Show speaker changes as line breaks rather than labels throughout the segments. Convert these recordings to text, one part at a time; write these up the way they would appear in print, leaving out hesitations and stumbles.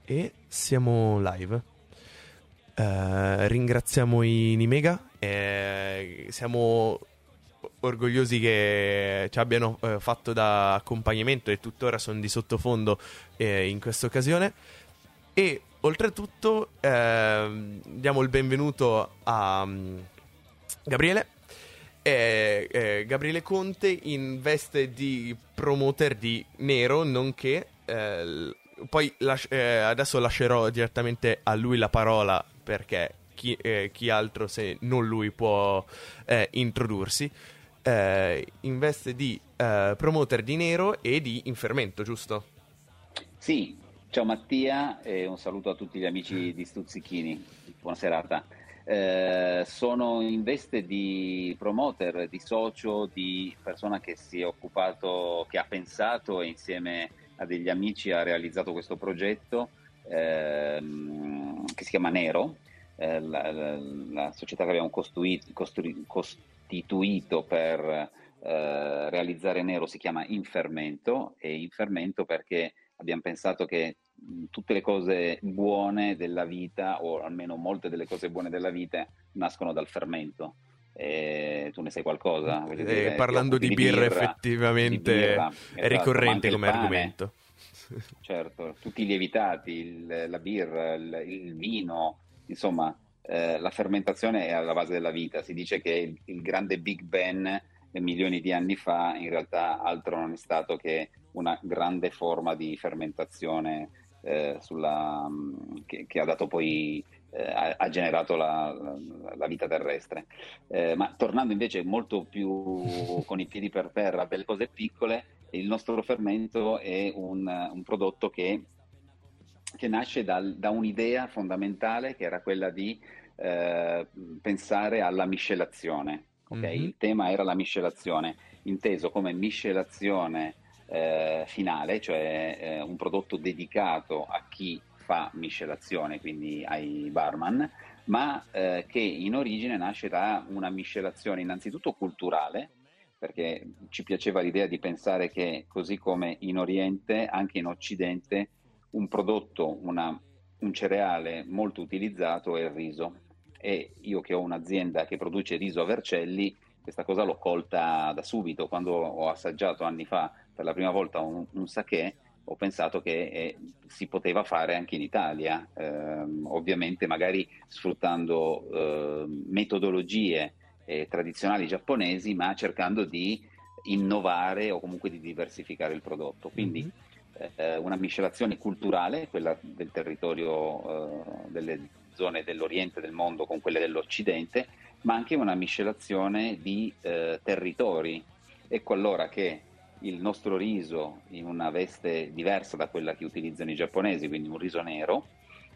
E siamo live. Ringraziamo i Nimega. Siamo orgogliosi che ci abbiano fatto da accompagnamento e tuttora sono di sottofondo in questa occasione. E oltretutto diamo il benvenuto a Gabriele. Gabriele Conte in veste di promoter di Nero, nonché poi adesso lascerò direttamente a lui la parola, perché chi altro se non lui può introdursi, in veste di promoter di Nero e di Infermento, giusto?
Sì, ciao Mattia e un saluto a tutti gli amici di Stuzzichini. Buona serata. Sono in veste di promoter, di socio, di persona che si è occupato, che ha pensato e insieme a degli amici ha realizzato questo progetto che si chiama Nero, la società che abbiamo costituito per realizzare Nero si chiama Infermento, e Infermento perché abbiamo pensato che tutte le cose buone della vita, o almeno molte delle cose buone della vita, nascono dal fermento. Tu ne sai qualcosa? Voglio dire, ti
Parlando
occupi
di
di
birra,
birra,
effettivamente è
esatto, ma
ricorrente
anche il
come
pane.
argomento.
Certo, tutti i lievitati, la birra, il vino, insomma, la fermentazione è alla base della vita. Si dice che il grande Big Bang milioni di anni fa in realtà altro non è stato che una grande forma di fermentazione che ha dato poi, ha generato la vita terrestre. Ma tornando invece molto più con i piedi per terra, per le cose piccole, il nostro fermento è un prodotto che nasce da un'idea fondamentale, che era quella di pensare alla miscelazione. Okay?
Mhm.
Il tema era la miscelazione, inteso come miscelazione finale, cioè un prodotto dedicato a chi fa miscelazione, quindi ai barman, ma che in origine nasce da una miscelazione innanzitutto culturale, perché ci piaceva l'idea di pensare che così come in Oriente, anche in Occidente, un prodotto, un cereale molto utilizzato è il riso. E io che ho un'azienda che produce riso a Vercelli, questa cosa l'ho colta da subito. Quando ho assaggiato anni fa per la prima volta un sakè, ho pensato che si poteva fare anche in Italia, ovviamente magari sfruttando metodologie tradizionali giapponesi, ma cercando di innovare o comunque di diversificare il prodotto. Quindi
Mhm.
una miscelazione culturale, quella del territorio, delle zone dell'Oriente del mondo con quelle dell'Occidente, ma anche una miscelazione di territori. Ecco allora che il nostro riso, in una veste diversa da quella che utilizzano i giapponesi, quindi un riso nero,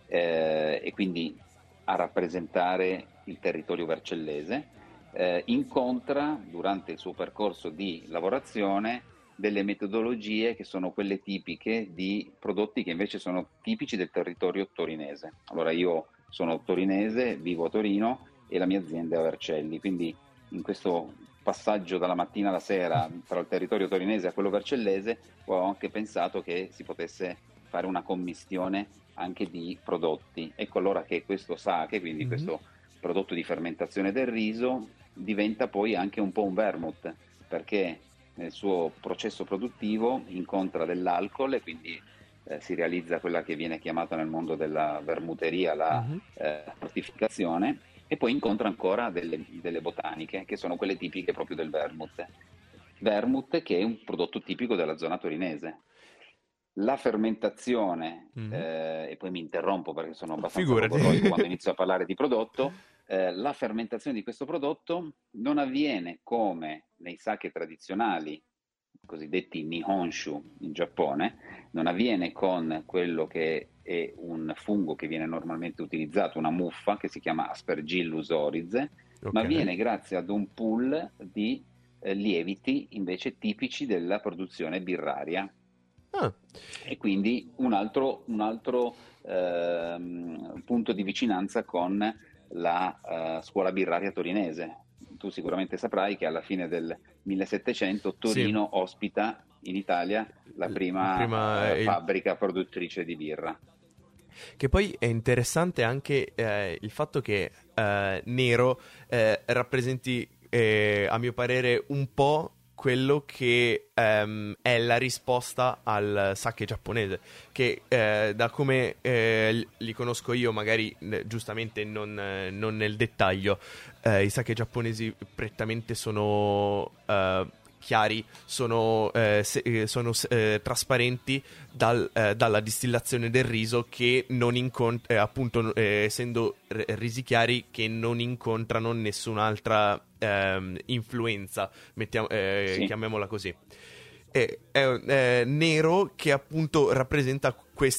e quindi a rappresentare il territorio vercellese, incontra durante il suo percorso di lavorazione delle metodologie che sono quelle tipiche di prodotti che invece sono tipici del territorio torinese. Allora io sono torinese, vivo a Torino e la mia azienda è a Vercelli, quindi in questo passaggio dalla mattina alla sera tra il territorio torinese a quello vercellese ho anche pensato che si potesse fare una commistione anche di prodotti. Ecco allora che questo sake, quindi
Mhm.
questo prodotto di fermentazione del riso, diventa poi anche un po' un vermouth, perché nel suo processo produttivo incontra dell'alcol e quindi si realizza quella che viene chiamata nel mondo della vermuteria la
Mhm.
fortificazione, e poi incontra ancora delle botaniche che sono quelle tipiche proprio del vermouth. Vermouth che è un prodotto tipico della zona torinese. La fermentazione,
Mhm.
e poi mi interrompo perché sono abbastanza
Figurati.
logorroico quando inizio a parlare di prodotto, la fermentazione di questo prodotto non avviene come nei sake tradizionali, cosiddetti Nihonshu in Giappone, non avviene con quello che è un fungo che viene normalmente utilizzato, una muffa che si chiama Aspergillus oryzae, ma
Ok.
avviene grazie ad un pool di lieviti invece tipici della produzione birraria,
Ah.
e quindi un altro punto di vicinanza con la scuola birraria torinese. Tu sicuramente saprai che alla fine del 1700
Sì.
Torino ospita in Italia la prima
Prima il
fabbrica produttrice di birra.
Che poi è interessante anche il fatto che nero rappresenti, a mio parere, un po' quello che è la risposta al sake giapponese, che da come li conosco io, magari giustamente non nel dettaglio, i sake giapponesi prettamente sono chiari, sono trasparenti dalla distillazione del riso, che non appunto, essendo risi chiari, che non incontrano nessun'altra influenza,
Sì.
chiamiamola così. È nero, che appunto rappresenta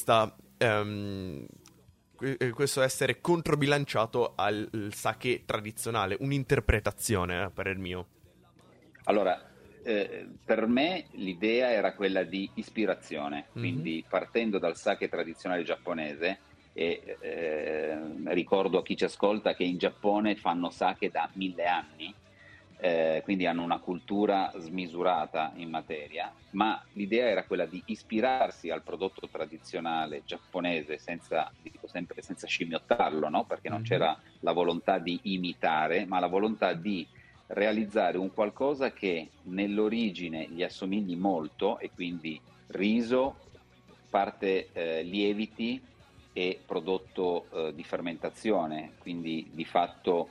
questo essere controbilanciato al sake tradizionale, un'interpretazione, a parer mio.
Allora, per me l'idea era quella di ispirazione,
Mhm.
quindi partendo dal sake tradizionale giapponese, e ricordo a chi ci ascolta che in Giappone fanno sake da 1000 anni, quindi hanno una cultura smisurata in materia, ma l'idea era quella di ispirarsi al prodotto tradizionale giapponese senza, dico sempre, senza scimmiottarlo, no? Perché non
Mhm.
c'era la volontà di imitare, ma la volontà di realizzare un qualcosa che nell'origine gli assomigli molto, e quindi riso, parte lieviti e prodotto di fermentazione, quindi di fatto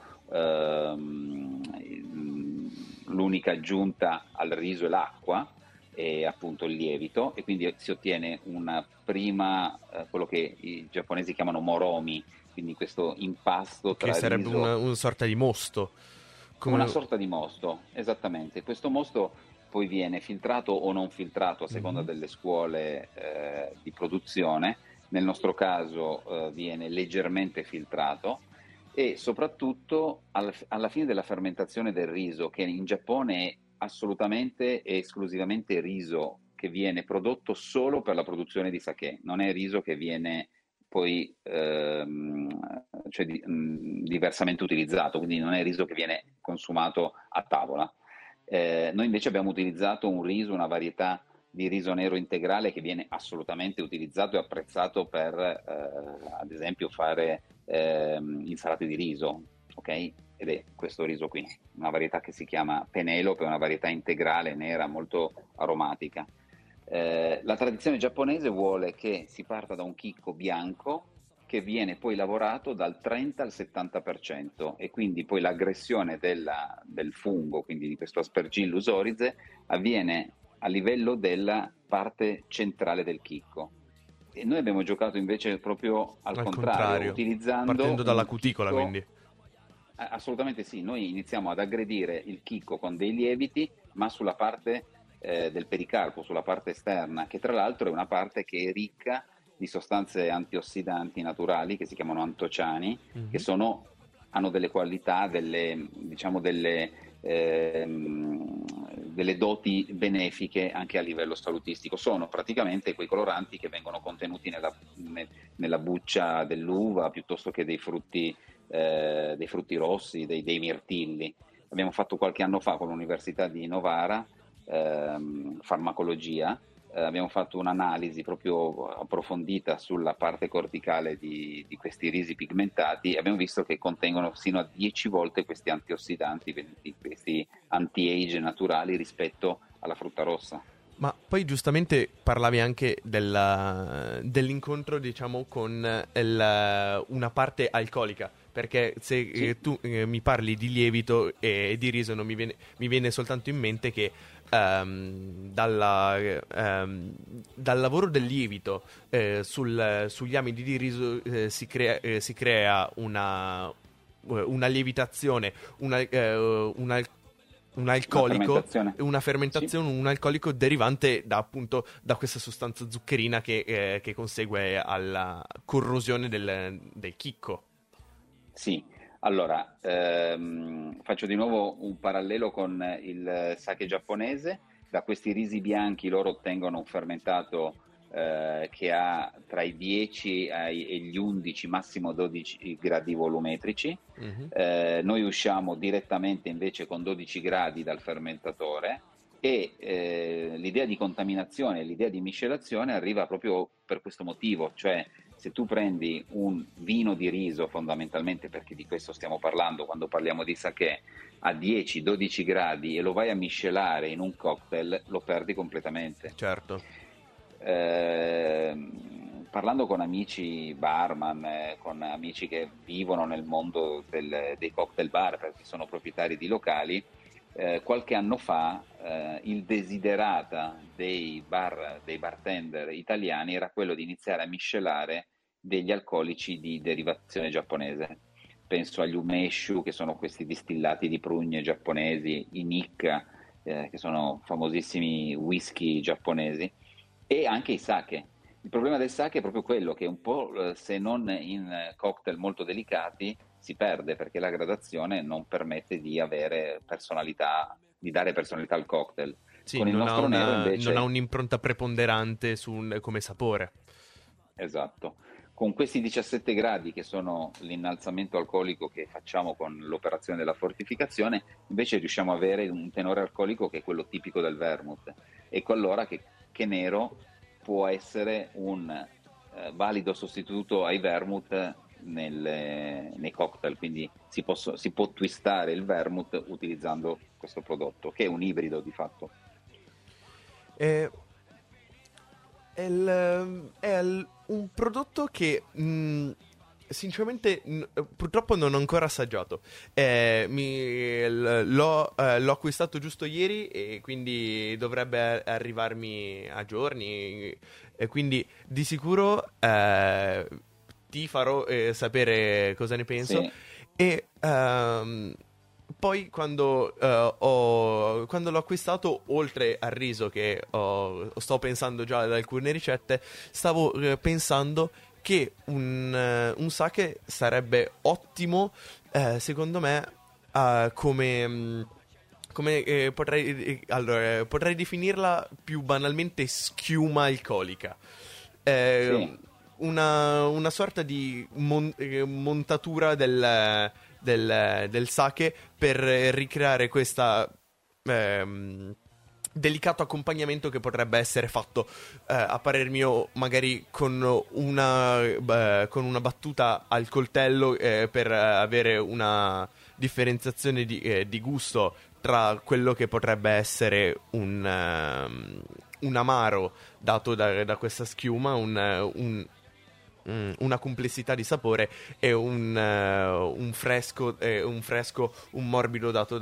l'unica aggiunta al riso è l'acqua e appunto il lievito, e quindi si ottiene una prima, quello che i giapponesi chiamano moromi, quindi questo impasto
Che
tra
sarebbe
riso.
una sorta di mosto.
Una
Come...
sorta di mosto, esattamente. Questo mosto poi viene filtrato o non filtrato a seconda
Mhm.
delle scuole di produzione. Nel nostro caso viene leggermente filtrato, e soprattutto alla fine della fermentazione del riso, che in Giappone è assolutamente e esclusivamente riso che viene prodotto solo per la produzione di sake, non è riso che viene poi cioè diversamente utilizzato, quindi non è riso che viene consumato a tavola. Noi invece abbiamo utilizzato un riso, una varietà di riso nero integrale che viene assolutamente utilizzato e apprezzato per, ad esempio, fare insalate di riso, ok? Ed è questo riso qui, una varietà che si chiama Penelope, una varietà integrale nera molto aromatica. La tradizione giapponese vuole che si parta da un chicco bianco che viene poi lavorato dal 30 al 70%, e quindi poi l'aggressione del fungo, quindi di questo Aspergillus oryzae, avviene a livello della parte centrale del chicco. E noi abbiamo giocato invece proprio al
Al
contrario,
contrario, partendo
utilizzando
dalla
un
cuticola,
chicco.
quindi.
Assolutamente sì, noi iniziamo ad aggredire il chicco con dei lieviti, ma sulla parte del pericarpo, sulla parte esterna, che tra l'altro è una parte che è ricca di sostanze antiossidanti naturali che si chiamano antociani, che
Mhm.
hanno delle qualità, diciamo delle doti benefiche anche a livello salutistico. Sono praticamente quei coloranti che vengono contenuti nella buccia dell'uva, piuttosto che dei frutti rossi, dei mirtilli. Abbiamo fatto qualche anno fa con l'Università di Novara farmacologia. Abbiamo fatto un'analisi proprio approfondita sulla parte corticale di questi risi pigmentati, e abbiamo visto che contengono sino a 10 volte questi antiossidanti, questi anti-age naturali rispetto alla frutta rossa.
Ma poi giustamente parlavi anche dell'incontro, diciamo, con una parte alcolica. Perché se
Sì,
tu mi parli di lievito e di riso, non mi viene soltanto in mente che dal lavoro del lievito sugli amidi di riso si crea una lievitazione, un
una
alcolico,
fermentazione.
una
Sì.
fermentazione, un alcolico derivante da appunto da questa sostanza zuccherina che consegue alla corrosione del chicco.
Sì, allora faccio di nuovo un parallelo con il sake giapponese. Da questi risi bianchi loro ottengono un fermentato che ha tra i 10 e gli 11, massimo 12 gradi volumetrici.
Mhm.
Noi usciamo direttamente invece con 12 gradi dal fermentatore, e l'idea di contaminazione, l'idea di miscelazione arriva proprio per questo motivo, cioè se tu prendi un vino di riso fondamentalmente, perché di questo stiamo parlando quando parliamo di sake, a 10-12 gradi e lo vai a miscelare in un cocktail, lo perdi completamente.
Certo.
Parlando con amici barman, con amici che vivono nel mondo dei cocktail bar, perché sono proprietari di locali, qualche anno fa il desiderata dei bartender italiani era quello di iniziare a miscelare degli alcolici di derivazione giapponese. Penso agli umeshu, che sono questi distillati di prugne giapponesi, i Nikka, che sono famosissimi whisky giapponesi, e anche i sake. Il problema del sake è proprio quello che un po', se non in cocktail molto delicati, si perde perché la gradazione non permette di avere personalità, di dare personalità al cocktail.
Sì,
Con il nostro nero
non ha
invece,
un'impronta preponderante come sapore.
esatto, con questi 17 gradi che sono l'innalzamento alcolico che facciamo con l'operazione della fortificazione, invece riusciamo a avere un tenore alcolico che è quello tipico del vermouth. Ecco allora che nero può essere un valido sostituto ai vermouth nei cocktail, quindi si può twistare il vermouth utilizzando questo prodotto, che è un ibrido di fatto.
Eh, un prodotto che sinceramente purtroppo non ho ancora assaggiato. L'ho acquistato giusto ieri e quindi dovrebbe arrivarmi a giorni. E quindi di sicuro ti farò sapere cosa ne penso.
Sì,
E poi quando l'ho acquistato, oltre al riso che sto pensando già ad alcune ricette, stavo pensando che un sake sarebbe ottimo, secondo me, potrei definirla più banalmente schiuma alcolica.
sì.
Eh, una sorta di montatura del sake per ricreare questa delicato accompagnamento che potrebbe essere fatto a parer mio magari con una battuta al coltello per avere una differenziazione di gusto tra quello che potrebbe essere un amaro dato da questa schiuma, una complessità di sapore e un fresco, un morbido dato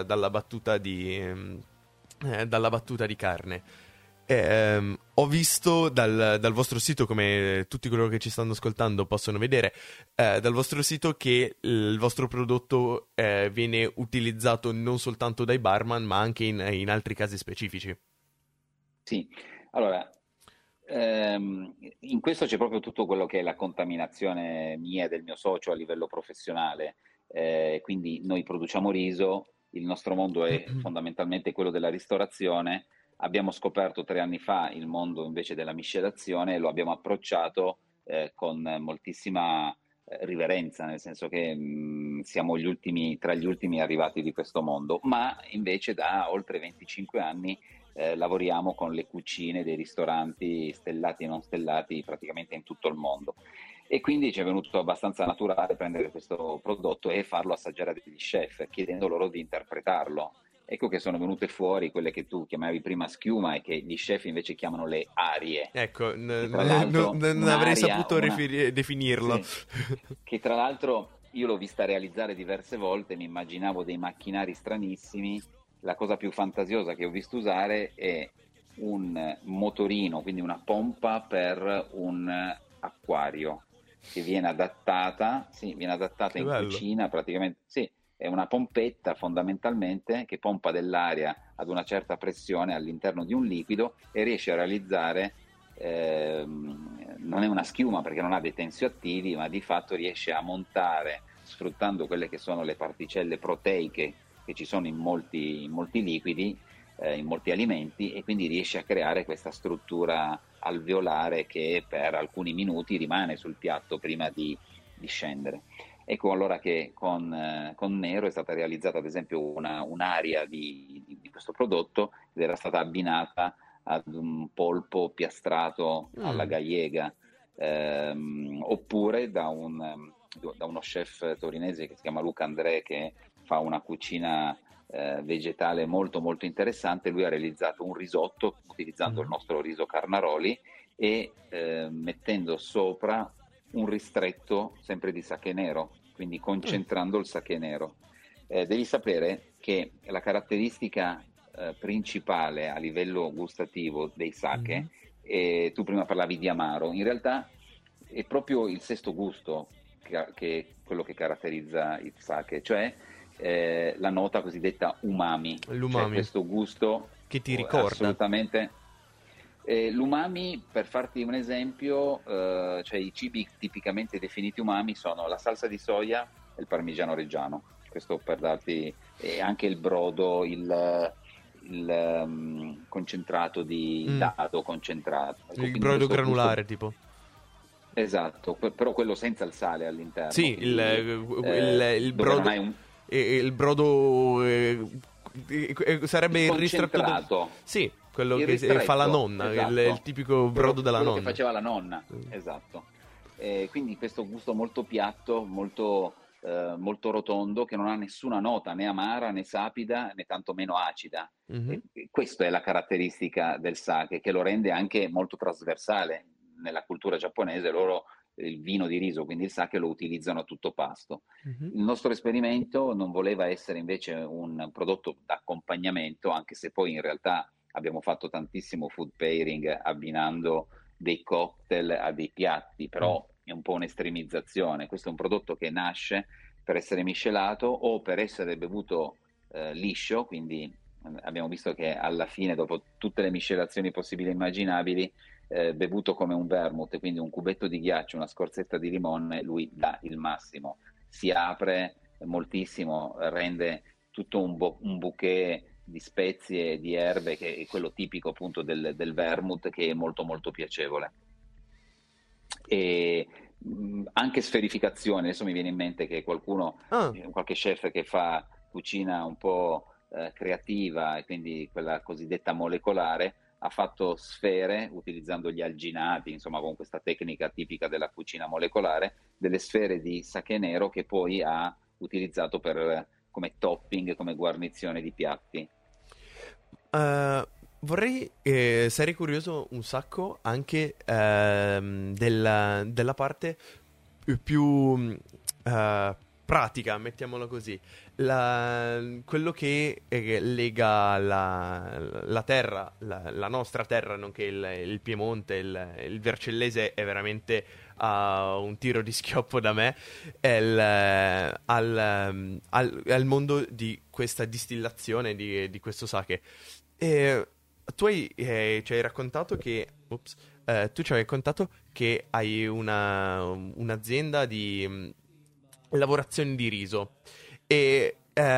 dalla battuta di carne. Ho visto dal vostro sito, come tutti coloro che ci stanno ascoltando possono vedere, dal vostro sito che il vostro prodotto viene utilizzato non soltanto dai barman, ma anche in altri casi specifici.
Sì, allora, in questo c'è proprio tutto quello che è la contaminazione mia e del mio socio a livello professionale. Quindi noi produciamo riso, il nostro mondo è fondamentalmente quello della ristorazione. Abbiamo scoperto 3 anni fa il mondo invece della miscelazione e lo abbiamo approcciato con moltissima riverenza, nel senso che siamo tra gli ultimi arrivati di questo mondo, ma invece da oltre 25 anni lavoriamo con le cucine dei ristoranti stellati e non stellati praticamente in tutto il mondo. E quindi ci è venuto abbastanza naturale prendere questo prodotto e farlo assaggiare a degli chef, chiedendo loro di interpretarlo. Ecco che sono venute fuori quelle che tu chiamavi prima schiuma e che gli chef invece chiamano le arie,
Ecco,
che tra l'altro
non avrei
un'aria,
saputo definirlo.
sì, che tra l'altro io l'ho vista realizzare diverse volte, mi immaginavo dei macchinari stranissimi. La cosa più fantasiosa che ho visto usare è un motorino, quindi una pompa per un acquario che viene adattata, sì, viene adattata
Che
in
bello.
cucina praticamente, sì, è una pompetta fondamentalmente che pompa dell'aria ad una certa pressione all'interno di un liquido e riesce a realizzare, non è una schiuma perché non ha dei tensioattivi, ma di fatto riesce a montare, sfruttando quelle che sono le particelle proteiche che ci sono in molti liquidi, in molti alimenti, e quindi riesce a creare questa struttura alveolare che per alcuni minuti rimane sul piatto prima di scendere. Ecco allora che con Nero è stata realizzata ad esempio un'area di questo prodotto ed era stata abbinata ad un polpo piastrato alla
Mm,
gallega, oppure da uno chef torinese che si chiama Luca André, che fa una cucina vegetale molto molto interessante. Lui ha realizzato un risotto utilizzando il nostro riso Carnaroli e mettendo sopra un ristretto sempre di sake nero, quindi concentrando il sake nero. Devi sapere che la caratteristica principale a livello gustativo dei sake, tu prima parlavi di amaro, in realtà è proprio il sesto gusto che è quello che caratterizza il sake, cioè la nota cosiddetta umami,
L'umami.
cioè questo gusto
che ti ricorda.
Assolutamente. L'umami, per farti un esempio, cioè i cibi tipicamente definiti umami sono la salsa di soia e il parmigiano reggiano, questo per darti, e anche il brodo, il concentrato di dado concentrato.
Il brodo granulare
gusto...
tipo.
Esatto, però quello senza il sale all'interno.
Sì, il brodo... Il brodo sarebbe il ristretto. Sì, quello che fa la nonna, esatto. Il tipico brodo della nonna.
Quello che faceva la nonna, esatto. Quindi questo gusto molto piatto, molto rotondo, che non ha nessuna nota né amara né sapida né tantomeno acida. Questa è la caratteristica del sake, che lo rende anche molto trasversale nella cultura giapponese. Loro il vino di riso, quindi il sake, lo utilizzano a tutto pasto. Il nostro esperimento non voleva essere invece un prodotto d'accompagnamento, anche se poi in realtà abbiamo fatto tantissimo food pairing abbinando dei cocktail a dei piatti, però è un po' un'estremizzazione. Questo è un prodotto che nasce per essere miscelato o per essere bevuto liscio, quindi abbiamo visto che alla fine, dopo tutte le miscelazioni possibili e immaginabili, bevuto come un vermouth, quindi un cubetto di ghiaccio, una scorzetta di limone, lui dà il massimo, si apre moltissimo, rende tutto un bouquet di spezie e di erbe, che è quello tipico appunto del vermouth, che è molto molto piacevole. E anche sferificazione, adesso mi viene in mente che qualche chef che fa cucina un po' creativa, e quindi quella cosiddetta molecolare, ha fatto sfere utilizzando gli alginati, insomma con questa tecnica tipica della cucina molecolare, delle sfere di sake nero che poi ha utilizzato come topping, come guarnizione di piatti.
Sarei curioso un sacco anche della parte più pratica, mettiamola così. Quello che lega la terra, la nostra terra, nonché il Piemonte, il Vercellese, è veramente a un tiro di schioppo da me, al mondo di questa distillazione di questo sake. Tu ci hai raccontato che tu ci hai raccontato che hai un'azienda di lavorazione di riso, e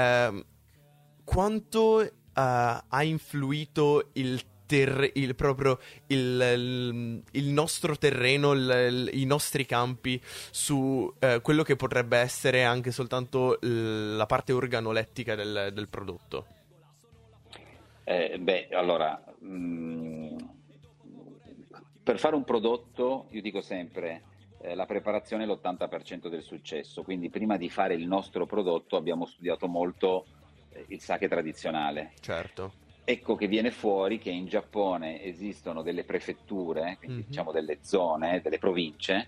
quanto ha influito proprio il nostro terreno, i nostri campi su quello che potrebbe essere anche soltanto la parte organolettica del prodotto?
Allora, per fare un prodotto, io dico sempre, la preparazione è l'80% del successo, quindi prima di fare il nostro prodotto abbiamo studiato molto il sake tradizionale.
Certo.
Ecco che viene fuori che in Giappone esistono delle prefetture, quindi diciamo delle zone, delle province,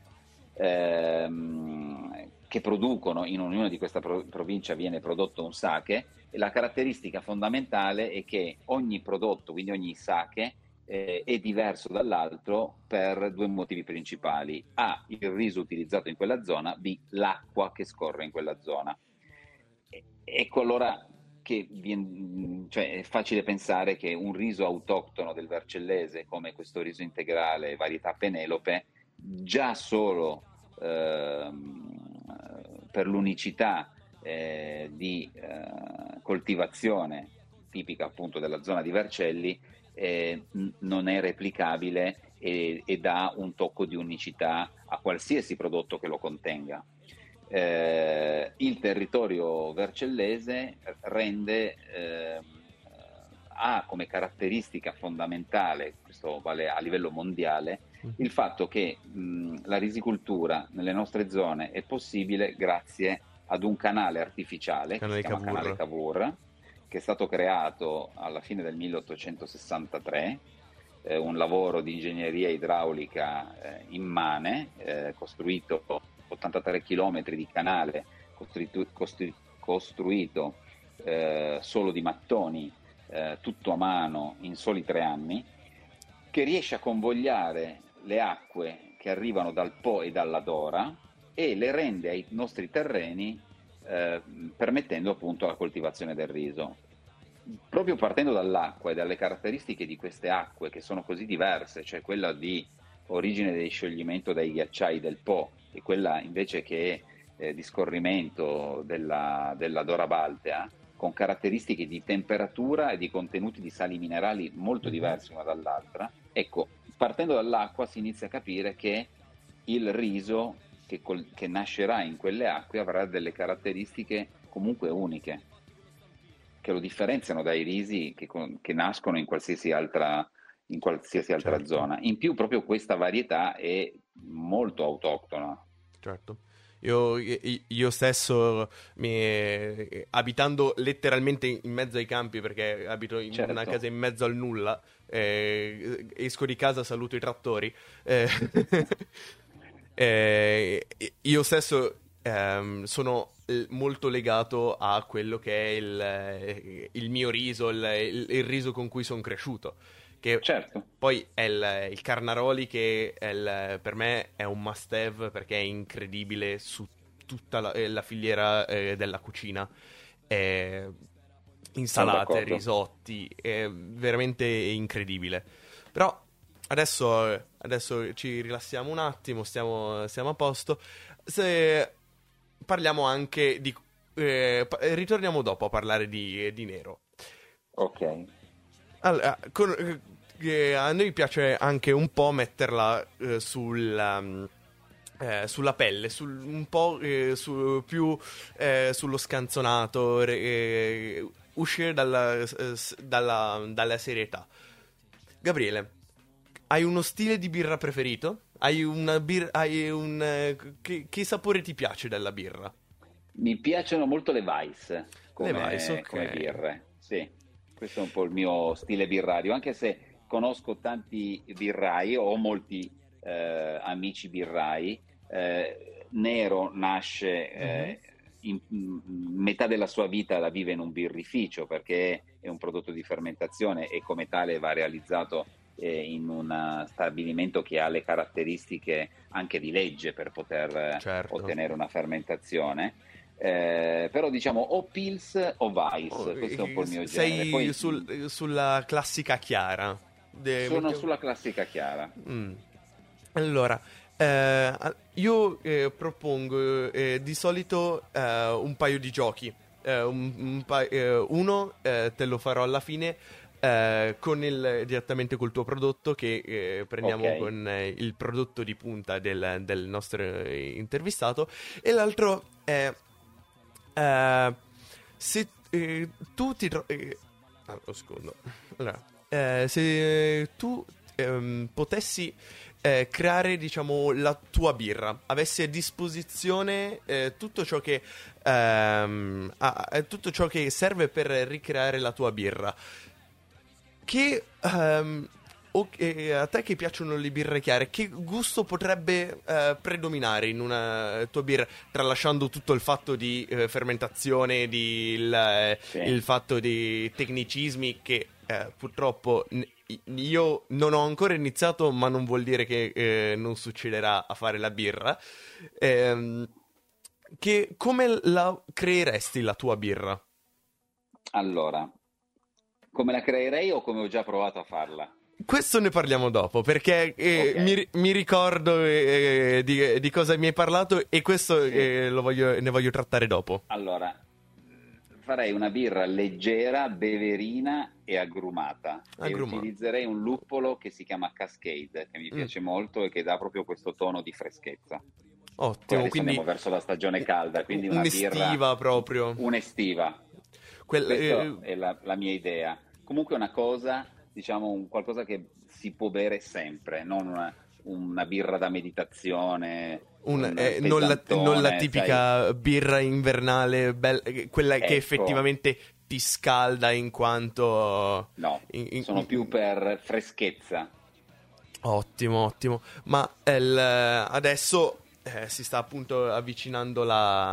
che producono, in ognuna di questa provincia viene prodotto un sake, e la caratteristica fondamentale è che ogni prodotto, quindi ogni sake, è diverso dall'altro per due motivi principali: A, il riso utilizzato in quella zona; B, l'acqua che scorre in quella zona. Ecco allora che cioè è facile pensare che un riso autoctono del Vercellese, come questo riso integrale varietà Penelope, già solo per l'unicità di coltivazione tipica appunto della zona di Vercelli, non è replicabile e dà un tocco di unicità a qualsiasi prodotto che lo contenga. Il territorio vercellese ha come caratteristica fondamentale, questo vale a livello mondiale, il fatto che la risicultura nelle nostre zone è possibile grazie ad un canale artificiale che si
Canale
chiama canale
Cavour.
Cavour, che è stato creato alla fine del 1863, un lavoro di ingegneria idraulica immane, costruito 83 chilometri di canale costruito solo di mattoni, tutto a mano in soli 3 anni, che riesce a convogliare le acque che arrivano dal Po e dalla Dora e le rende ai nostri terreni, permettendo appunto la coltivazione del riso. Proprio partendo dall'acqua e dalle caratteristiche di queste acque che sono così diverse, cioè quella di origine di scioglimento dai ghiacciai del Po e quella invece che è di scorrimento della Dora Baltea, con caratteristiche di temperatura e di contenuti di sali minerali molto diversi una dall'altra. Ecco, partendo dall'acqua si inizia a capire che il riso che nascerà in quelle acque avrà delle caratteristiche comunque uniche, che lo differenziano dai risi che nascono in qualsiasi altra
Certo,
zona. In più proprio questa varietà è molto autoctona.
certo. Io stesso, abitando letteralmente in mezzo ai campi, perché abito in una
Certo.
casa in mezzo al nulla, esco di casa, saluto i trattori. eh, io stesso sono molto legato a quello che è il mio riso, il riso con cui sono cresciuto. Che
Certo.
poi è il Carnaroli che per me è un must have perché è incredibile su tutta la filiera della cucina. Eh,
Sono
Insalate,
d'accordo.
risotti, è veramente incredibile. Però adesso ci rilassiamo un attimo, stiamo a posto. Se parliamo anche di... ritorniamo dopo a parlare di Nero.
Ok.
Allora, a noi piace anche un po' metterla sulla pelle, un po' più sullo scanzonato, uscire dalla serietà. Gabriele, hai uno stile di birra preferito? Che sapore ti piace della birra?
Mi piacciono molto le Weiss
Le Weiss,
come
ok.
birre, sì, questo è un po' il mio stile birrario, anche se conosco tanti birrai, ho molti amici birrai. Nero nasce,
Mhm.
metà della sua vita la vive in un birrificio perché è un prodotto di fermentazione e come tale va realizzato in un stabilimento che ha le caratteristiche anche di legge per poter
Certo.
ottenere una fermentazione. Però diciamo o Pils o
Oh,
Weiss, questo è un po' il mio genere.
sei
Poi
sulla classica chiara.
sono sulla classica chiara.
Mm. Allora, io propongo di solito un paio di giochi. Uno te lo farò alla fine direttamente col tuo prodotto che
Ok,
prendiamo con il prodotto di punta del nostro intervistato e l'altro è eh, se tu ti trovi... un secondo. Allora, se tu potessi creare, diciamo, la tua birra, avessi a disposizione tutto ciò che serve per ricreare la tua birra, che a te che piacciono le birre chiare, che gusto potrebbe predominare in una tua birra, tralasciando tutto il fatto di fermentazione,
sì.
il fatto di tecnicismi che purtroppo io non ho ancora iniziato, ma non vuol dire che non succederà a fare la birra. Ehm, come la creeresti la tua birra?
Allora, come la creerei o come ho già provato a farla?
Questo ne parliamo dopo, perché
Ok,
mi ricordo di cosa mi hai parlato e questo
sì.
ne voglio trattare dopo.
Allora, farei una birra leggera, beverina e agrumata e
Agruma.
utilizzerei un luppolo che si chiama Cascade, che mi
Mm,
piace molto e che dà proprio questo tono di freschezza. Poi
ottimo,
adesso
quindi
andiamo verso la stagione calda, quindi una birra
un'estiva proprio.
un'estiva.
Quel-
Questa è la mia idea. Comunque è una cosa, diciamo, qualcosa che si può bere sempre, non una birra da meditazione, un
non la
pesantone,
tipica
sai?
birra invernale, quella che
Ecco,
effettivamente ti scalda in quanto...
no, sono più per freschezza.
Ottimo, ottimo. Ma adesso si sta appunto avvicinando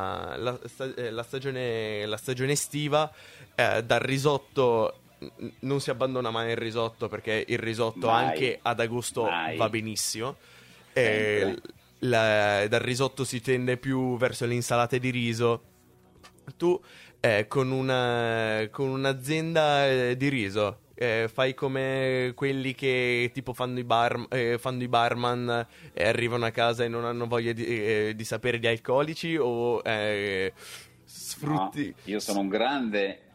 la stagione estiva. Dal risotto non si abbandona mai il risotto, perché il risotto
Mai,
anche ad agosto va
mai,
benissimo. Eh,
sempre.
dal risotto si tende più verso le insalate di riso. Tu con un'azienda di riso fai come quelli che tipo fanno i barman e arrivano a casa e non hanno voglia di sapere di alcolici, o
No,
sfrutti...
io sono un grande,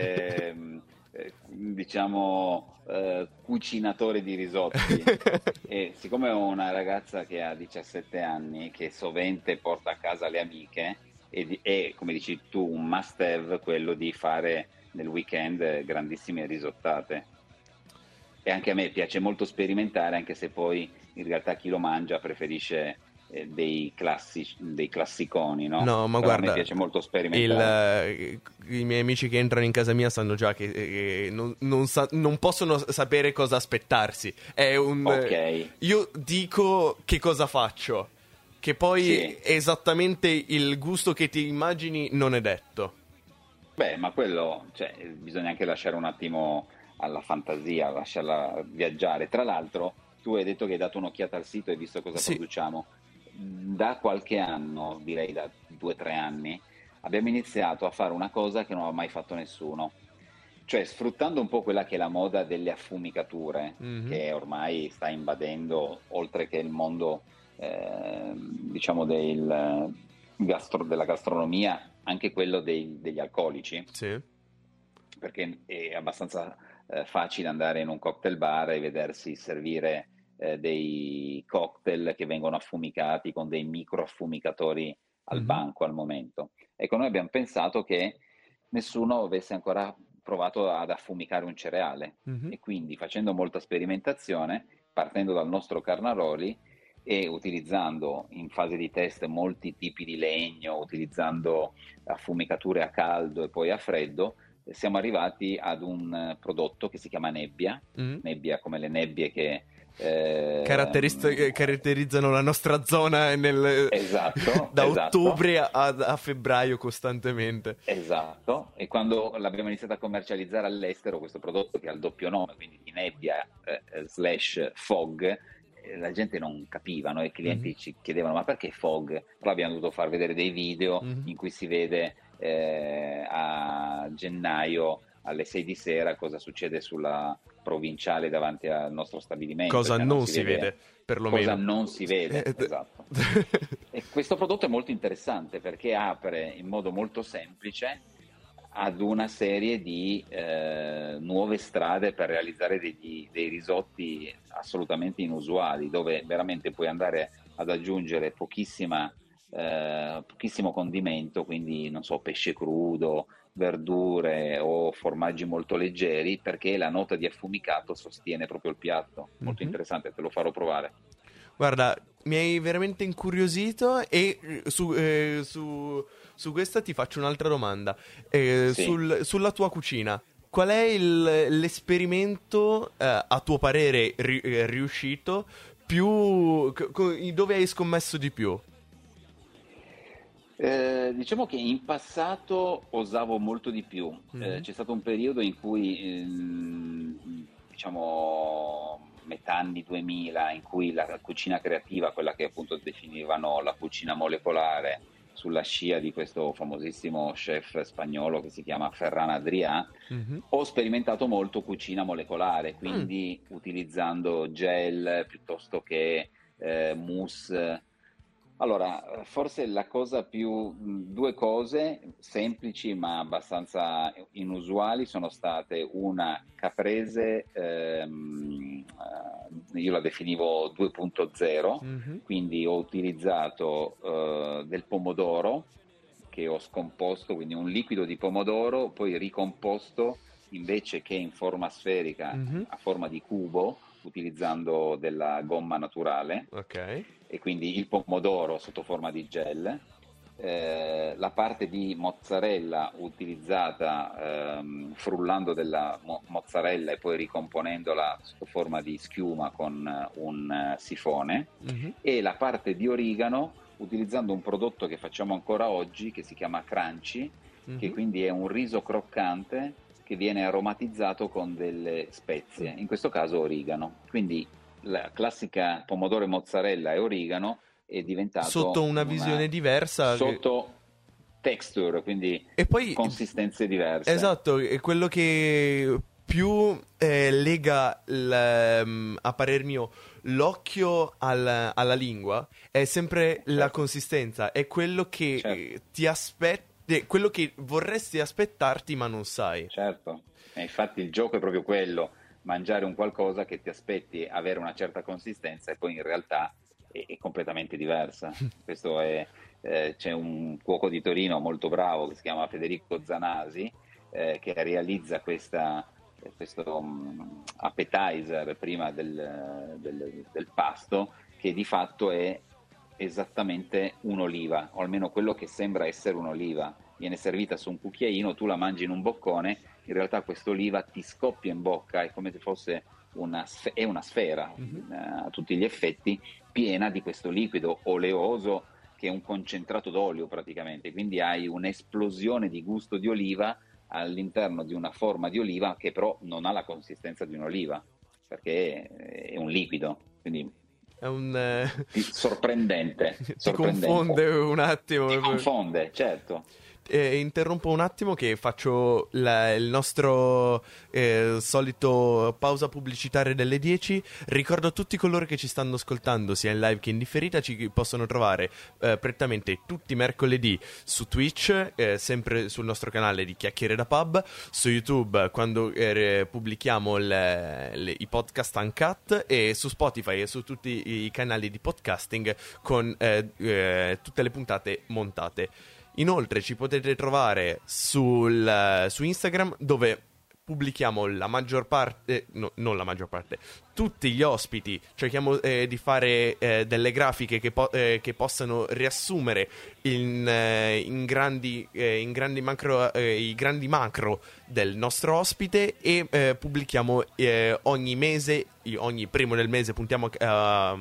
diciamo, cucinatore di risotti. E siccome ho una ragazza che ha 17 anni, che sovente porta a casa le amiche, e come dici tu, un must have quello di fare nel weekend grandissime risottate. E anche a me piace molto sperimentare, anche se poi in realtà chi lo mangia preferisce dei classiconi, no?
No, ma
Però a me
guarda,
piace molto sperimentare.
i miei amici che entrano in casa mia sanno già che non possono sapere cosa aspettarsi.
Ok,
Io dico che cosa faccio, che poi
sì.
esattamente il gusto che ti immagini non è detto.
Beh, ma quello, cioè, bisogna anche lasciare un attimo alla fantasia, lasciarla viaggiare. Tra l'altro, tu hai detto che hai dato un'occhiata al sito e hai visto cosa
Sì.
produciamo. Da qualche anno, direi da 2 o 3 anni, abbiamo iniziato a fare una cosa che non ha mai fatto nessuno. Cioè, sfruttando un po' quella che è la moda delle affumicature,
Mhm.
che ormai sta invadendo, oltre che il mondo, diciamo, della gastronomia, anche quello degli alcolici,
Sì.
perché è abbastanza facile andare in un cocktail bar e vedersi servire dei cocktail che vengono affumicati con dei micro affumicatori al
Mhm.
banco al momento. Ecco, noi abbiamo pensato che nessuno avesse ancora provato ad affumicare un cereale,
Mhm.
e quindi facendo molta sperimentazione, partendo dal nostro Carnaroli e utilizzando in fase di test molti tipi di legno, utilizzando affumicature a caldo e poi a freddo, siamo arrivati ad un prodotto che si chiama nebbia,
Mhm.
nebbia come le nebbie che...
Caratterizzano la nostra zona
esatto,
da
esatto.
ottobre a febbraio costantemente.
Esatto, e quando l'abbiamo iniziato a commercializzare all'estero, questo prodotto che ha il doppio nome, quindi di nebbia slash fog, la gente non capiva, no? I
Mhm.
clienti ci chiedevano ma perché fog? Allora abbiamo dovuto far vedere dei video
Mhm.
in cui si vede a gennaio alle 6 di sera cosa succede sulla provinciale davanti al nostro stabilimento,
Cosa
cioè non
non
si
si
vede
vede,
cosa
perlomeno.
non si vede,
Eh, d-
esatto. E questo prodotto è molto interessante perché apre in modo molto semplice ad una serie di nuove strade per realizzare dei risotti assolutamente inusuali, dove veramente puoi andare ad aggiungere pochissimo condimento, quindi non so, pesce crudo, verdure o formaggi molto leggeri, perché la nota di affumicato sostiene proprio il piatto. Molto
Mhm.
interessante, te lo farò provare.
Guarda, mi hai veramente incuriosito e su questa ti faccio un'altra domanda.
Sì.
Sulla tua cucina, qual è l'esperimento, a tuo parere, riuscito, dove hai scommesso di più?
Diciamo che in passato osavo molto di più.
Mhm.
C'è stato un periodo in cui, diciamo, metà anni 2000, in cui la cucina creativa, quella che appunto definivano la cucina molecolare, sulla scia di questo famosissimo chef spagnolo che si chiama Ferran Adrià,
Mhm.
ho sperimentato molto cucina molecolare,
Mm.
quindi utilizzando gel piuttosto che mousse. Allora, forse la cosa più, due cose semplici ma abbastanza inusuali sono state una caprese, io la definivo 2.0,
Mhm.
quindi ho utilizzato del pomodoro che ho scomposto, quindi un liquido di pomodoro, poi ricomposto invece che in forma sferica,
Mhm.
a forma di cubo, utilizzando della gomma naturale,
Ok.
e quindi il pomodoro sotto forma di gel, la parte di mozzarella utilizzata frullando della mozzarella e poi ricomponendola sotto forma di schiuma con un sifone,
Mhm.
e la parte di origano utilizzando un prodotto che facciamo ancora oggi che si chiama crunchy, che
Mhm.
quindi è un riso croccante che viene aromatizzato con delle spezie, in questo caso origano. Quindi la classica pomodoro e mozzarella e origano è
Sotto
diventato
una visione diversa.
sotto texture, quindi
E poi,
consistenze diverse.
esatto, è quello che più lega, a parer mio, l'occhio alla lingua è sempre la
Certo,
consistenza, è quello che
certo,
ti aspetti, quello che vorresti aspettarti ma non sai.
certo. E infatti il gioco è proprio quello, mangiare un qualcosa che ti aspetti avere una certa consistenza e poi in realtà è completamente diversa. C'è un cuoco di Torino molto bravo che si chiama Federico Zanasi, che realizza questo appetizer prima del pasto, che di fatto è esattamente un'oliva, o almeno quello che sembra essere un'oliva. Viene servita su un cucchiaino, tu la mangi in un boccone, in realtà quest'oliva ti scoppia in bocca, è come se fosse è una sfera
Mhm.
a tutti gli effetti, piena di questo liquido oleoso che è un concentrato d'olio praticamente, quindi hai un'esplosione di gusto di oliva all'interno di una forma di oliva che però non ha la consistenza di un'oliva, perché è un liquido, quindi
È un...
sorprendente,
ti
sorprendente.
confonde un
Ti
attimo.
confonde, certo.
Interrompo un attimo che faccio il nostro solito pausa pubblicitaria delle 10. Ricordo a tutti coloro che ci stanno ascoltando, sia in live che in differita, ci possono trovare prettamente tutti i mercoledì su Twitch, sempre sul nostro canale di Chiacchiere da Pub, su YouTube quando pubblichiamo i podcast uncut, e su Spotify e su tutti i canali di podcasting con tutte le puntate montate. Inoltre ci potete trovare su Instagram, dove pubblichiamo la maggior parte, no, non la maggior parte, tutti gli ospiti. Cerchiamo di fare delle grafiche che possano riassumere in grandi macro, i grandi macro del nostro ospite, e pubblichiamo ogni mese, ogni primo del mese puntiamo a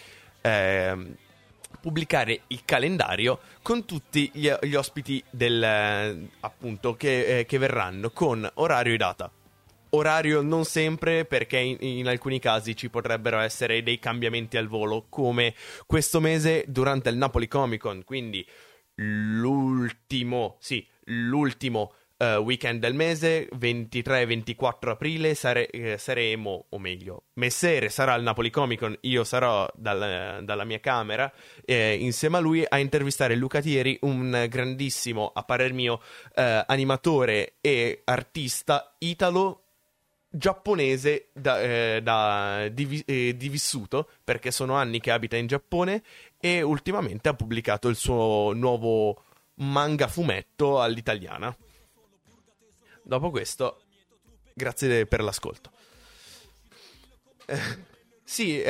pubblicare il calendario con tutti gli ospiti appunto che verranno, con orario e data. Orario non sempre, perché in alcuni casi ci potrebbero essere dei cambiamenti al volo, come questo mese durante il Napoli Comic Con, quindi l'ultimo weekend del mese, 23-24 aprile, saremo, o meglio, Messere sarà al Napoli Comic Con, io sarò dalla mia camera insieme a lui a intervistare Luca Thieri, un grandissimo, a parer mio, animatore e artista italo giapponese di vissuto, perché sono anni che abita in Giappone e ultimamente ha pubblicato il suo nuovo manga fumetto all'italiana. Dopo questo, grazie per l'ascolto. Sì,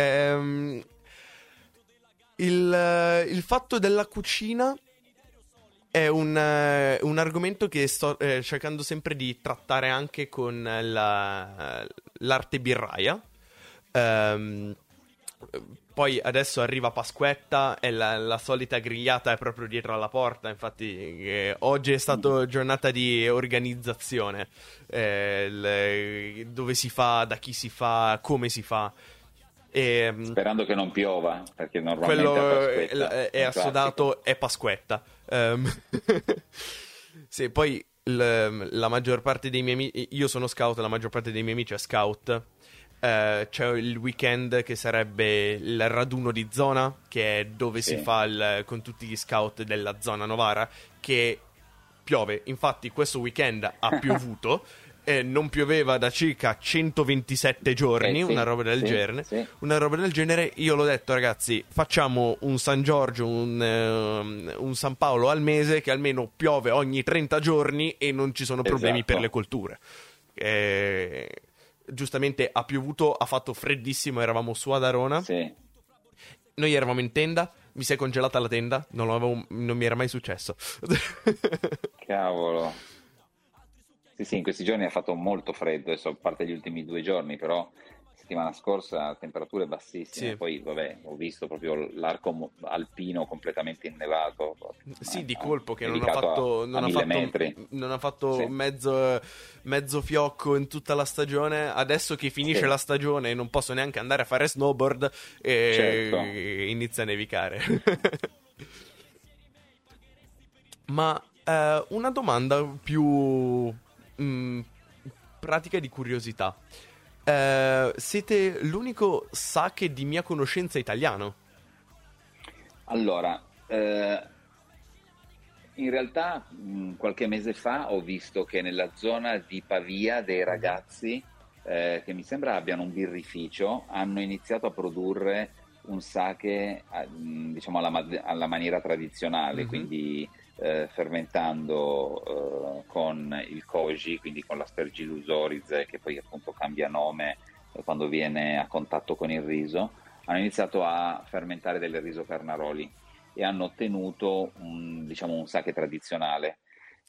il fatto della cucina è un argomento che sto cercando sempre di trattare anche con l'arte birraia. Ehm, Poi adesso arriva Pasquetta e la solita grigliata è proprio dietro alla porta. Infatti, oggi è stata giornata di organizzazione. Dove si fa, da chi si fa, come si fa. E,
Sperando che non piova, perché normalmente a
quello
Pasquetta
è
un classico.
assodato, è Pasquetta. Sì, poi la maggior parte dei miei amici, io sono scout, la maggior parte dei miei amici è scout. C'è il weekend che sarebbe il raduno di zona, che è dove si
Sì,
fa con tutti gli scout della zona Novara, che piove. Infatti questo weekend ha piovuto, non pioveva da circa 127 giorni, una
sì,
roba del
sì,
genere.
sì.
Una roba del genere. Io l'ho detto, ragazzi, facciamo un San Giorgio, un San Paolo al mese, che almeno piove ogni 30 giorni e non ci sono problemi per le
Esatto.
colture. Eh, giustamente ha piovuto, ha fatto freddissimo, eravamo su ad Arona.
Sì.
Noi eravamo in tenda, mi si è congelata la tenda, non mi era mai successo.
Cavolo. Sì, sì, in questi giorni ha fatto molto freddo, adesso a parte gli ultimi 2 giorni, però settimana scorsa temperature bassissime,
Sì.
poi vabbè, ho visto proprio l'arco alpino completamente innevato,
Sì, di colpo che non ha
nevicato
fatto,
a 1000 metri.
non ha fatto
Sì,
mezzo fiocco in tutta la stagione. Adesso che finisce
sì,
la stagione e non posso neanche andare a fare snowboard,
certo.
inizia a nevicare. Ma una domanda più pratica di curiosità. Siete l'unico sake di mia conoscenza italiano?
Allora, in realtà qualche mese fa ho visto che nella zona di Pavia dei
Mhm.
ragazzi, che mi sembra abbiano un birrificio, hanno iniziato a produrre un sake, diciamo alla maniera tradizionale,
Mhm.
quindi fermentando con il koji, quindi con l'Aspergillus oryzae, che poi appunto cambia nome quando viene a contatto con il riso. Hanno iniziato a fermentare delle riso carnaroli e hanno ottenuto diciamo, un sake tradizionale.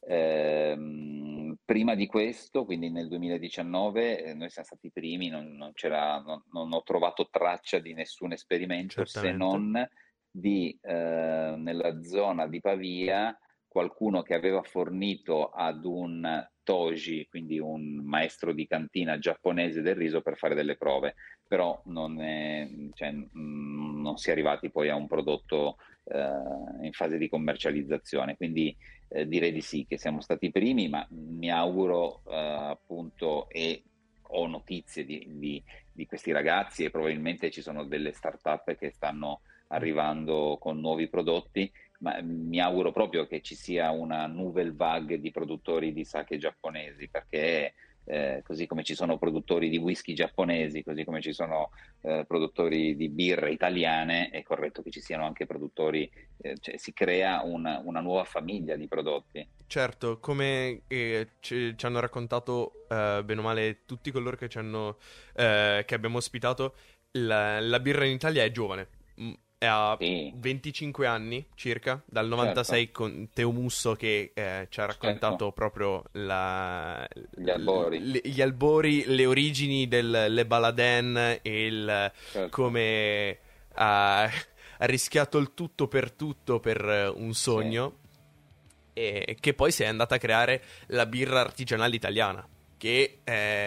Prima di questo, quindi nel 2019, noi siamo stati i primi, non ho trovato traccia di nessun esperimento se
Certamente.
non nella zona di Pavia qualcuno che aveva fornito ad un toji, quindi un maestro di cantina giapponese del riso per fare delle prove, però non si è arrivati poi a un prodotto in fase di commercializzazione, quindi direi di sì, che siamo stati i primi, ma mi auguro appunto e ho notizie di questi ragazzi e probabilmente ci sono delle start-up che stanno arrivando con nuovi prodotti, ma mi auguro proprio che ci sia una nouvelle vague di produttori di sake giapponesi, perché così come ci sono produttori di whisky giapponesi, così come ci sono produttori di birre italiane, è corretto che ci siano anche produttori, cioè si crea una nuova famiglia di prodotti.
Certo, come ci hanno raccontato bene o male tutti coloro che abbiamo ospitato, la birra in Italia è giovane. Ha
Sì,
25 anni circa, dal
certo,
96 con Teo Musso che ci ha
certo,
raccontato proprio
gli albori,
gli albori, le origini Le Baladen e
certo,
come ha rischiato il tutto per un
sì.
sogno e che poi si è andata a creare la birra artigianale italiana, che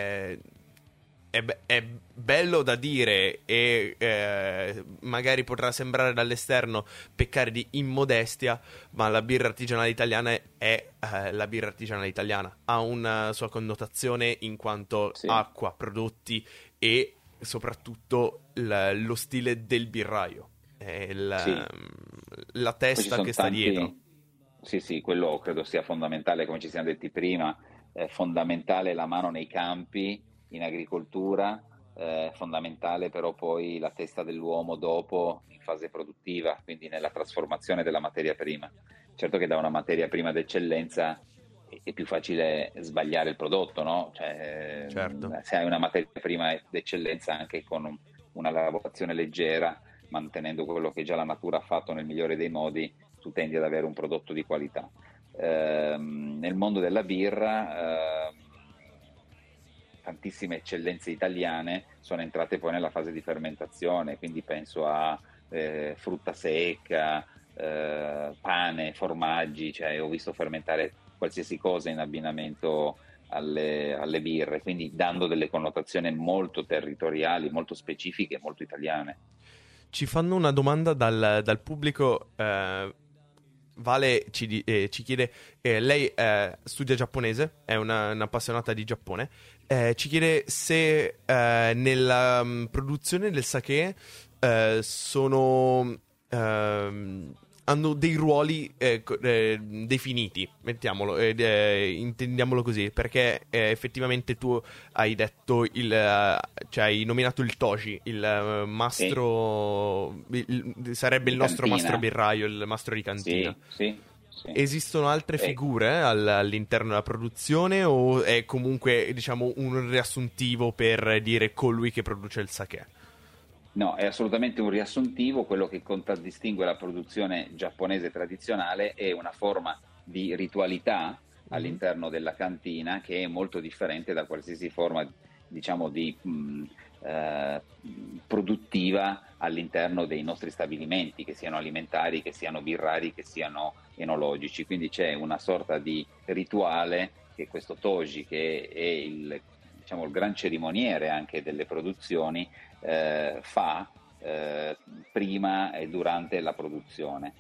è bello da dire e magari potrà sembrare dall'esterno peccare di immodestia, ma la birra artigianale italiana è la birra artigianale italiana. Ha una sua connotazione in quanto
Sì,
acqua, prodotti e soprattutto lo stile del birraio. È
sì.
la
Poi ci
testa
sono
che sta dietro.
tanti, sì, sì, quello credo sia fondamentale, come ci siamo detti prima, è fondamentale la mano nei campi, in agricoltura, fondamentale però poi la testa dell'uomo dopo in fase produttiva, quindi nella trasformazione della materia prima. Certo che da una materia prima d'eccellenza è più facile sbagliare il prodotto, no? Cioè,
Certo.
se hai una materia prima d'eccellenza anche con una lavorazione leggera, mantenendo quello che già la natura ha fatto nel migliore dei modi, tu tendi ad avere un prodotto di qualità. Nel mondo della birra, tantissime eccellenze italiane sono entrate poi nella fase di fermentazione, quindi penso a frutta secca, pane, formaggi, cioè ho visto fermentare qualsiasi cosa in abbinamento alle birre, quindi dando delle connotazioni molto territoriali, molto specifiche, molto italiane.
Ci fanno una domanda dal pubblico. Vale ci chiede: lei studia giapponese, è un'appassionata di Giappone. Ci chiede se nella produzione del sake sono hanno dei ruoli definiti, mettiamolo, intendiamolo così, perché effettivamente tu hai detto cioè hai nominato il Toji, il
Sì,
mastro, sarebbe il
di
nostro mastro
cantina.
birraio, il mastro di cantina.
Sì, sì. sì.
Esistono altre figure all'interno della produzione o è comunque, diciamo, un riassuntivo per dire colui che produce il sake?
No, è assolutamente un riassuntivo. Quello che contraddistingue la produzione giapponese tradizionale è una forma di ritualità
Mhm.
all'interno della cantina che è molto differente da qualsiasi forma, diciamo, di produttiva all'interno dei nostri stabilimenti, che siano alimentari, che siano birrari, che siano enologici. Quindi c'è una sorta di rituale che questo Toji, che è diciamo, il gran cerimoniere anche delle produzioni, fa prima e durante la produzione,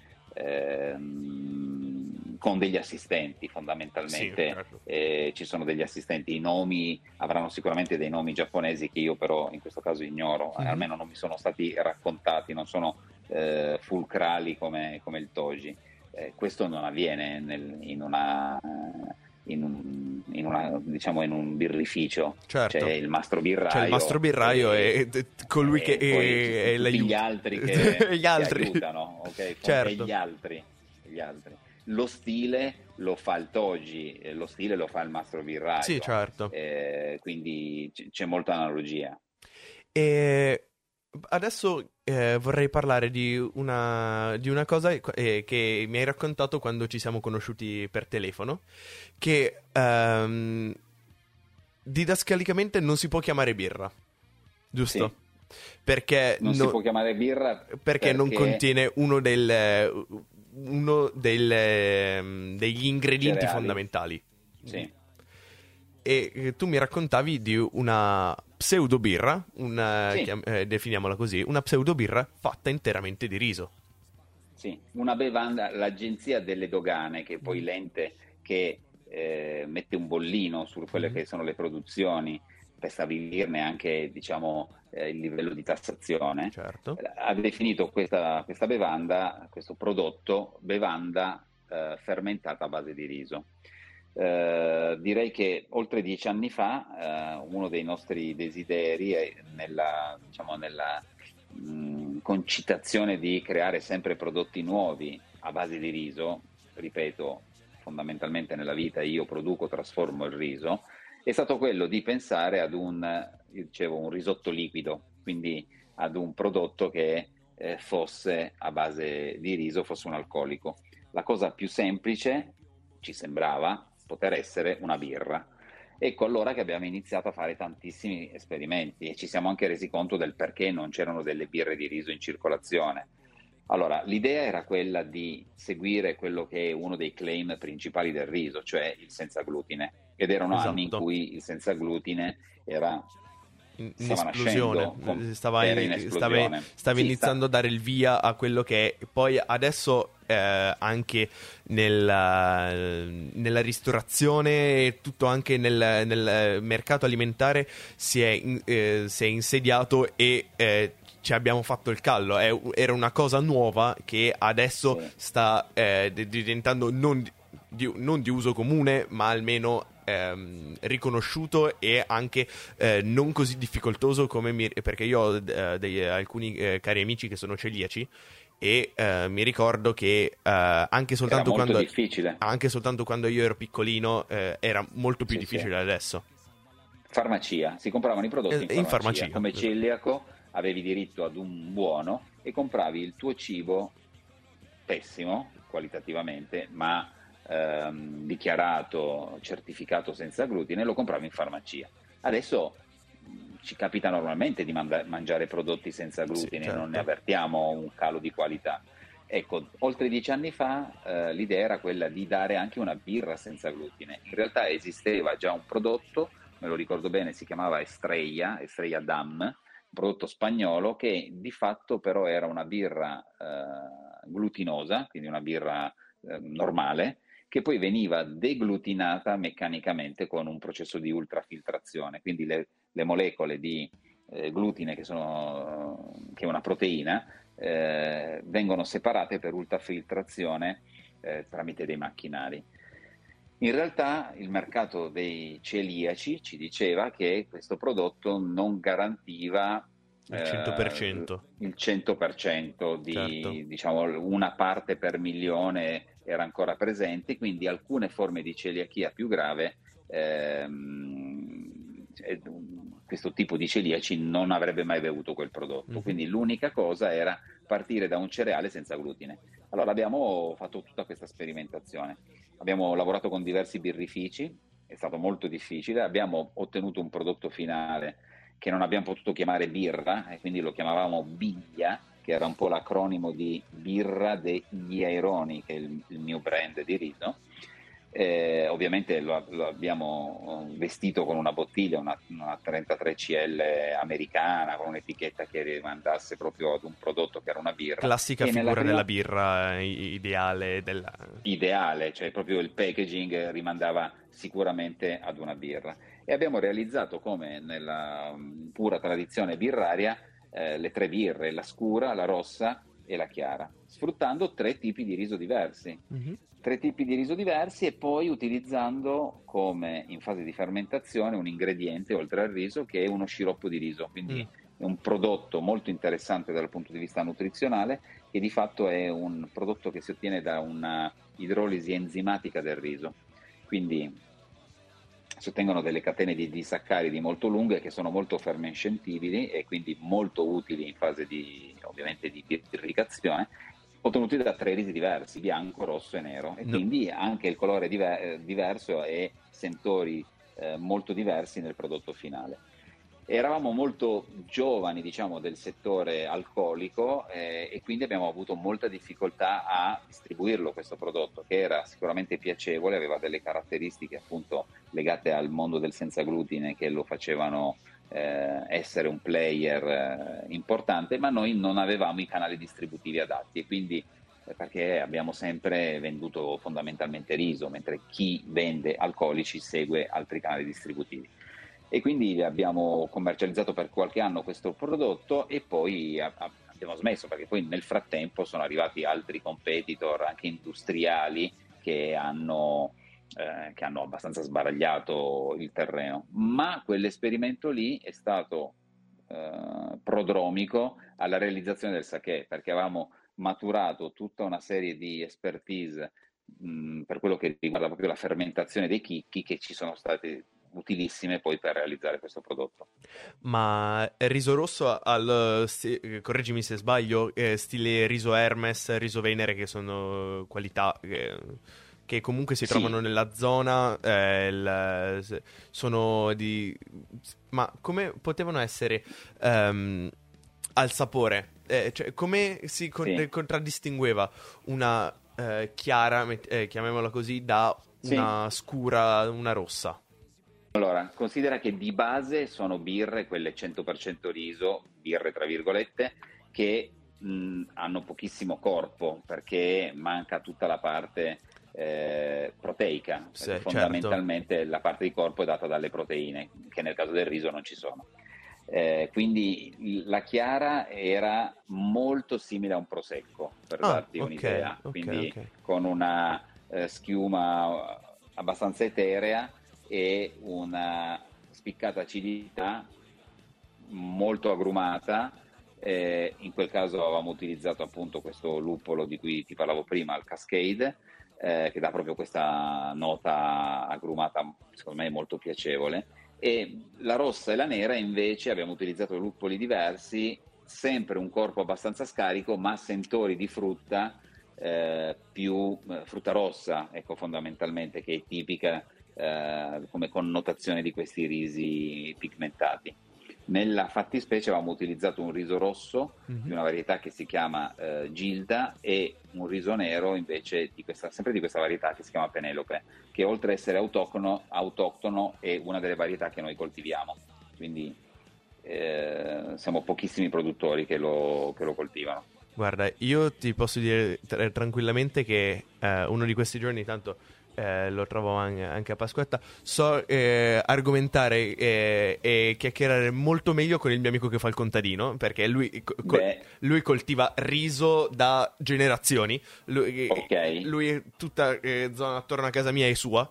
con degli assistenti
Sì,
fondamentalmente.
certo.
Ci sono degli assistenti, i nomi avranno sicuramente dei nomi giapponesi che io però in questo caso ignoro,
Mhm.
almeno non mi sono stati raccontati, non sono fulcrali come il Toji. Questo non avviene diciamo, in un birrificio. C'è
Certo.
il mastro
C'è il mastro
birraio
birraio e colui che
e poi ci sono
è
tutti gli
l'aiuto.
altri
Gli
che
altri.
aiutano, ok? E
Certo.
gli altri. Lo stile lo fa il Toji, lo stile lo fa il mastro
Sì,
birraio,
certo.
quindi c'è molta analogia.
E adesso vorrei parlare di una cosa che mi hai raccontato quando ci siamo conosciuti per telefono, che didascalicamente non si può chiamare birra,
Sì,
giusto? Perché,
non si può chiamare birra
perché non
perché
contiene degli ingredienti
cereali,
fondamentali.
sì,
E tu mi raccontavi di una pseudo birra,
sì.
definiamola così, una pseudo birra fatta interamente di riso.
Sì, una bevanda, l'Agenzia delle Dogane, che è poi
Mm.
l'ente che mette un bollino su quelle
Mhm.
che sono le produzioni per stabilirne anche, diciamo, il livello di tassazione,
Certo.
ha definito questa bevanda, questo prodotto, bevanda fermentata a base di riso. Direi che oltre 10 anni fa uno dei nostri desideri è diciamo, nella concitazione di creare sempre prodotti nuovi a base di riso. Ripeto, fondamentalmente nella vita io produco, trasformo il riso, è stato quello di pensare ad io dicevo, un risotto liquido, quindi ad un prodotto che fosse a base di riso, fosse un alcolico. La cosa più semplice, ci sembrava, poter essere una birra. Ecco allora che abbiamo iniziato a fare tantissimi esperimenti e ci siamo anche resi conto del perché non c'erano delle birre di riso in circolazione. Allora, l'idea era quella di seguire quello che è uno dei claim principali del riso, cioè il senza glutine. Ed erano anni in
Esatto.
cui il senza glutine era,
In
stava
esplosione,
nascendo, era in esplosione.
stava
Sì,
iniziando a dare il via a quello che è poi adesso anche nella ristorazione e tutto anche nel mercato alimentare si è insediato e ci abbiamo fatto il callo. Era una cosa nuova che adesso
sì.
sta diventando non di uso comune, ma almeno riconosciuto e anche non così difficoltoso perché io ho alcuni cari amici che sono celiaci e mi ricordo che
Era molto difficile.
anche soltanto quando io ero piccolino era molto più
Sì, sì.
difficile adesso.
Farmacia, si compravano i prodotti in
In
farmacia.
farmacia.
Come celiaco avevi diritto ad un buono e compravi il tuo cibo pessimo qualitativamente, ma dichiarato, certificato senza glutine, lo compravi in farmacia. Adesso ci capita normalmente di mangiare prodotti senza
Sì,
glutine, non ne
certo.
avvertiamo un calo di qualità. Ecco, oltre 10 anni fa l'idea era quella di dare anche una birra senza glutine. In realtà esisteva già un prodotto, me lo ricordo bene, si chiamava Estrella Damm, un prodotto spagnolo che di fatto però era una birra glutinosa, quindi una birra normale, che poi veniva deglutinata meccanicamente con un processo di ultrafiltrazione, quindi le molecole di glutine, che è una proteina, vengono separate per ultrafiltrazione tramite dei macchinari. In realtà il mercato dei celiaci ci diceva che questo prodotto non garantiva
Il 100%.
il 100%
Certo.
di, diciamo, una parte per milione era ancora presente, quindi alcune forme di celiachia più grave, questo tipo di celiaci non avrebbe mai bevuto quel prodotto. Quindi l'unica cosa era partire da un cereale senza glutine. Allora abbiamo fatto tutta questa sperimentazione, abbiamo lavorato con diversi birrifici, è stato molto difficile, abbiamo ottenuto un prodotto finale che non abbiamo potuto chiamare birra, e quindi lo chiamavamo Biglia, che era un po' l'acronimo di Birra degli Aironi, che è il mio brand di riso. Ovviamente lo abbiamo vestito con una bottiglia, una 33 CL americana, con un'etichetta che rimandasse proprio ad un prodotto che era una birra.
Classica
E
figura della birra ideale.
Ideale, cioè proprio il packaging rimandava sicuramente ad una birra. E abbiamo realizzato, come nella pura tradizione birraria, le 3 birre, la scura, la rossa e la chiara, sfruttando 3 tipi di riso diversi. 3 tipi di riso diversi, e poi utilizzando come in fase di fermentazione un ingrediente oltre al riso, che è uno sciroppo di riso. Quindi è un prodotto molto interessante dal punto di vista nutrizionale, che di fatto è un prodotto che si ottiene da una idrolisi enzimatica del riso. Quindi si ottengono delle catene di saccaridi molto lunghe, che sono molto fermentibili e quindi molto utili in fase ovviamente di birrificazione, ottenuti da 3 risi diversi: bianco, rosso e nero, e quindi anche il colore diverso e sentori molto diversi nel prodotto finale. Eravamo molto giovani, diciamo, del settore alcolico, e quindi abbiamo avuto molta difficoltà a distribuirlo questo prodotto, che era sicuramente piacevole, aveva delle caratteristiche appunto legate al mondo del senza glutine che lo facevano essere un player importante, ma noi non avevamo i canali distributivi adatti, e quindi perché abbiamo sempre venduto fondamentalmente riso, mentre chi vende alcolici segue altri canali distributivi. E quindi abbiamo commercializzato per qualche anno questo prodotto, e poi abbiamo smesso, perché poi nel frattempo sono arrivati altri competitor, anche industriali, che hanno abbastanza sbaragliato il terreno. Ma quell'esperimento lì è stato prodromico alla realizzazione del sakè, perché avevamo maturato tutta una serie di expertise per quello che riguarda proprio la fermentazione dei chicchi, che ci sono state utilissime poi per realizzare questo prodotto.
Ma il riso rosso correggimi se sbaglio, stile riso Hermes, riso Venere, che sono qualità che comunque si trovano nella zona, sono di... Ma come potevano essere al sapore? Cioè, come si contraddistingueva una chiara, chiamiamola così, da una scura, una rossa?
Allora, considera che di base sono birre, quelle 100% riso, birre tra virgolette, che hanno pochissimo corpo, perché manca tutta la parte proteica, perché fondamentalmente certo, la parte di corpo è data dalle proteine, che nel caso del riso non ci sono. Quindi la chiara era molto simile a un prosecco, per darti un'idea, quindi con una schiuma abbastanza eterea e una spiccata acidità molto agrumata. In quel caso avevamo utilizzato appunto questo luppolo di cui ti parlavo prima, il Cascade, che dà proprio questa nota agrumata, secondo me molto piacevole. E la rossa e la nera invece abbiamo utilizzato luppoli diversi, sempre un corpo abbastanza scarico, ma sentori di frutta, più frutta rossa, ecco, fondamentalmente, che è tipica come connotazione di questi risi pigmentati. Nella fattispecie avevamo utilizzato un riso rosso di una varietà che si chiama Gilda, e un riso nero invece sempre di questa varietà che si chiama Penelope, che oltre ad essere autoctono è una delle varietà che noi coltiviamo, quindi siamo pochissimi produttori che lo coltivano.
Guarda, io ti posso dire tranquillamente che uno di questi giorni, tanto lo trovo anche a Pasquetta, so argomentare e chiacchierare molto meglio con il mio amico che fa il contadino, perché lui coltiva riso da generazioni. Lui è tutta zona attorno a casa mia è sua,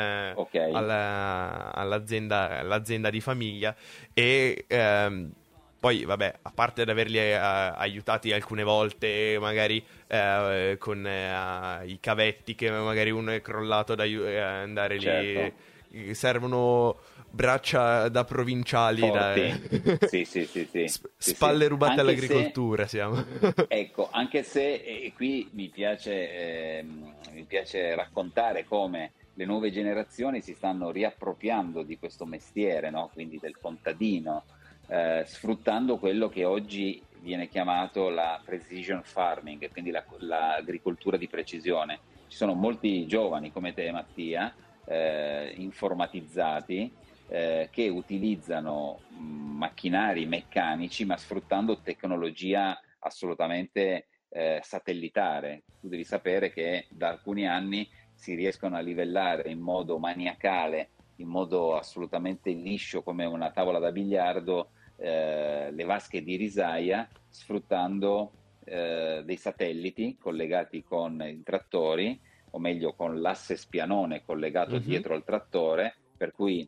all'azienda di famiglia, e Poi, vabbè, a parte ad averli aiutati alcune volte, magari con i cavetti che magari uno è crollato ad andare
certo.
lì, servono braccia da provinciali,
Forti. Sì, sì, sì, sì, sì, sì.
spalle rubate
Anche se,
all'agricoltura siamo.
ecco, anche se e qui mi piace raccontare come le nuove generazioni si stanno riappropriando di questo mestiere, no? Quindi del contadino, sfruttando quello che oggi viene chiamato la precision farming, quindi l'agricoltura di precisione. Ci sono molti giovani come te, Mattia, informatizzati, che utilizzano macchinari meccanici ma sfruttando tecnologia assolutamente satellitare. Tu devi sapere che da alcuni anni si riescono a livellare in modo maniacale, in modo assolutamente liscio come una tavola da biliardo, le vasche di risaia sfruttando dei satelliti collegati con i trattori, o meglio con l'asse spianone collegato
Mhm.
dietro al trattore, per cui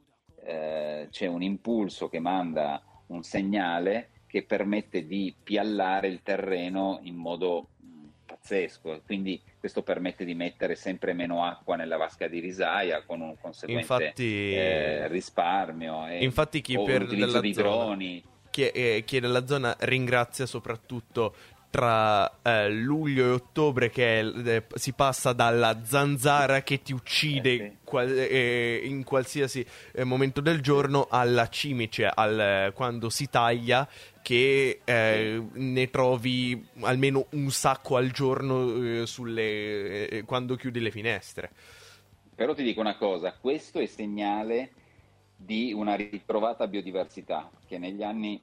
c'è un impulso che manda un segnale che permette di piallare il terreno in modo pazzesco. Quindi questo permette di mettere sempre meno acqua nella vasca di risaia con un conseguente
Infatti,
risparmio
infatti chi
o
per
l'utilizzo
della
di
zona
droni.
chi è della zona ringrazia soprattutto tra luglio e ottobre che si passa dalla zanzara che ti uccide
Sì,
in qualsiasi momento del
sì,
giorno alla cimice quando si taglia che
sì.
ne trovi almeno un sacco al giorno quando chiudi le finestre.
Però ti dico una cosa, questo è segnale di una ritrovata biodiversità che negli anni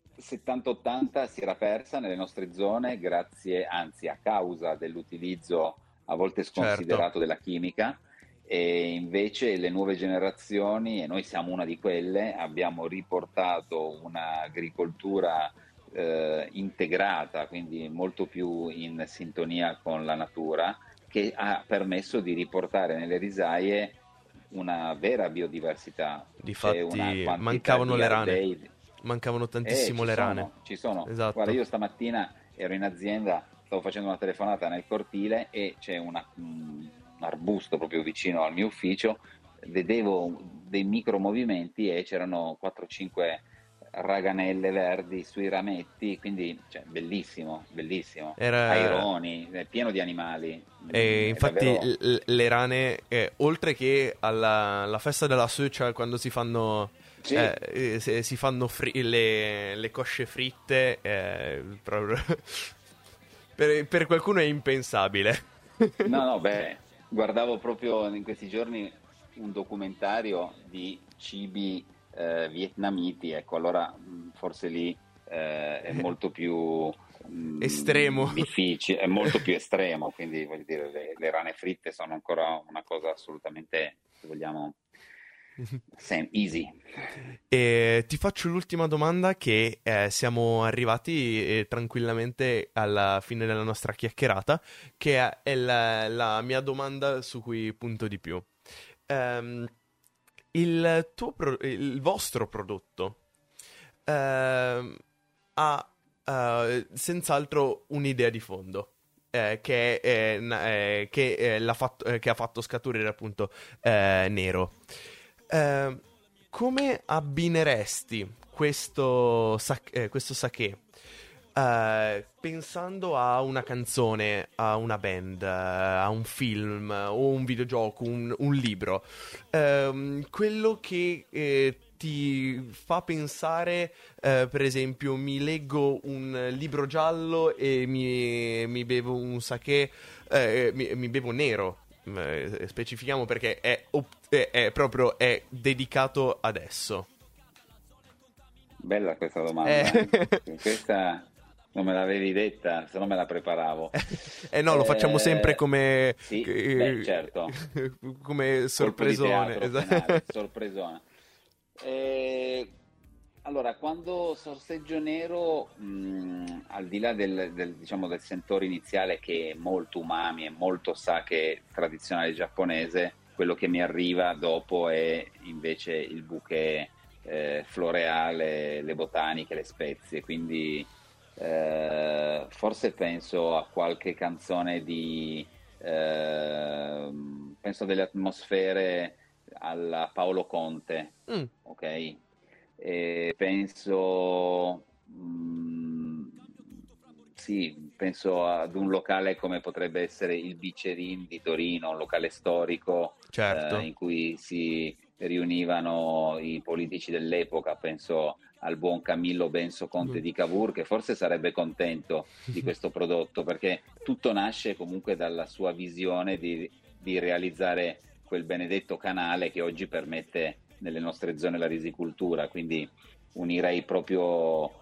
70-80 si era persa nelle nostre zone grazie, anzi a causa dell'utilizzo a volte
Certo.
sconsiderato della chimica, e invece le nuove generazioni, e noi siamo una di quelle, abbiamo riportato un'agricoltura integrata, quindi molto più in sintonia con la natura, che ha permesso di riportare nelle risaie una vera biodiversità. C'è una
Difatti
quantità
mancavano
di
le rane.
ardei.
Mancavano tantissimo
Ci
le rane.
sono, ci sono. Guarda,
Esatto.
io stamattina ero in azienda, stavo facendo una telefonata nel cortile e c'è un arbusto proprio vicino al mio ufficio, vedevo dei micro movimenti e c'erano 4-5 raganelle verdi sui rametti, quindi cioè, bellissimo, bellissimo.
Era
Aironi, è pieno di animali, è
infatti
davvero.
le rane, oltre che alla festa della social, quando
Sì.
si fanno le cosce fritte, per qualcuno è impensabile.
No, no, beh, guardavo proprio in questi giorni un documentario di cibi vietnamiti, ecco, allora forse lì è molto più
Estremo.
difficile, è molto più estremo, quindi voglio dire, le rane fritte sono ancora una cosa assolutamente, se vogliamo, easy.
E ti faccio l'ultima domanda che siamo arrivati tranquillamente alla fine della nostra chiacchierata, che è la mia domanda su cui punto di più. Ehm, il vostro prodotto ehm, ha senz'altro un'idea di fondo. Che ha fatto scaturire appunto Nero. Eh, come abbineresti questo sake pensando a una canzone, a una band, a un film o un videogioco, un libro? Quello che ti fa pensare, per esempio, mi leggo un libro giallo e mi bevo un sake, mi bevo nero. Specifichiamo perché è proprio è dedicato adesso.
Bella questa
Eh,
domanda, questa non me l'avevi detta, se no me la preparavo.
no, lo facciamo sempre
Sì, beh, certo,
come
colpo di
sorpresone.
teatro finale, sorpresona. Eh, allora, quando sorseggio nero, al di là diciamo, del sentore iniziale che è molto umami e molto sake tradizionale giapponese, quello che mi arriva dopo è invece il bouquet floreale, le botaniche, le spezie, quindi forse penso a qualche canzone penso delle atmosfere alla Paolo Conte,
Mm,
ok? E penso, sì, penso ad un locale come potrebbe essere il Bicerin di Torino, un locale storico
certo.
in cui si riunivano i politici dell'epoca. Penso al buon Camillo Benso Conte
Mm.
di Cavour, che forse sarebbe contento di questo prodotto, perché tutto nasce comunque dalla sua visione di realizzare quel benedetto canale che oggi permette nelle nostre zone la risicultura. Quindi unirei proprio,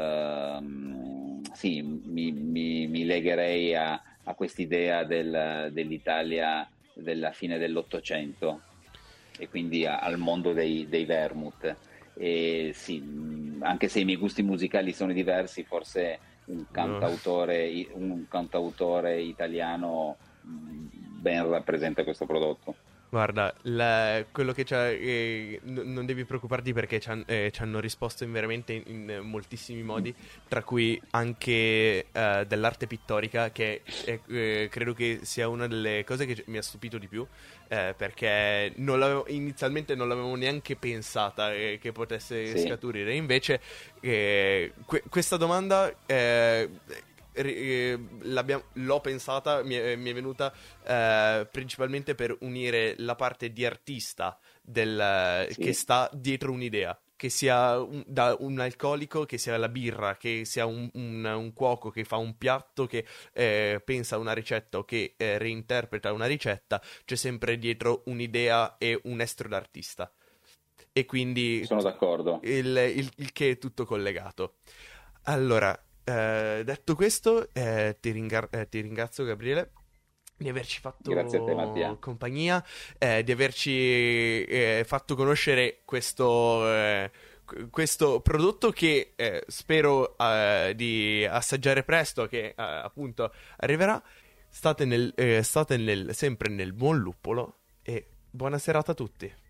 sì, mi legherei a quest'idea dell'Italia della fine dell'Ottocento e quindi al mondo dei vermouth. E sì, anche se i miei gusti musicali sono diversi, forse
No.
un cantautore italiano ben rappresenta questo prodotto.
Guarda, quello che c'è, non devi preoccuparti perché ci hanno risposto veramente in moltissimi modi, tra cui anche dell'arte pittorica, che credo che sia una delle cose che mi ha stupito di più, perché inizialmente non l'avevo neanche pensata che potesse
Sì,
scaturire. Invece, questa domanda l'ho pensata, mi è venuta principalmente per unire la parte di artista che
sì,
sta dietro un'idea. Che sia da un alcolico, che sia la birra, che sia un cuoco che fa un piatto, che pensa a una ricetta o che reinterpreta una ricetta, c'è sempre dietro un'idea e un estro d'artista. E quindi
sono d'accordo.
il che è tutto collegato. Allora, detto questo, ti ringrazio Gabriele di averci
Grazie a te, Mattia.
fatto compagnia, di averci fatto conoscere questo prodotto che spero di assaggiare presto, che appunto arriverà. State sempre nel buon luppolo e buona serata a tutti.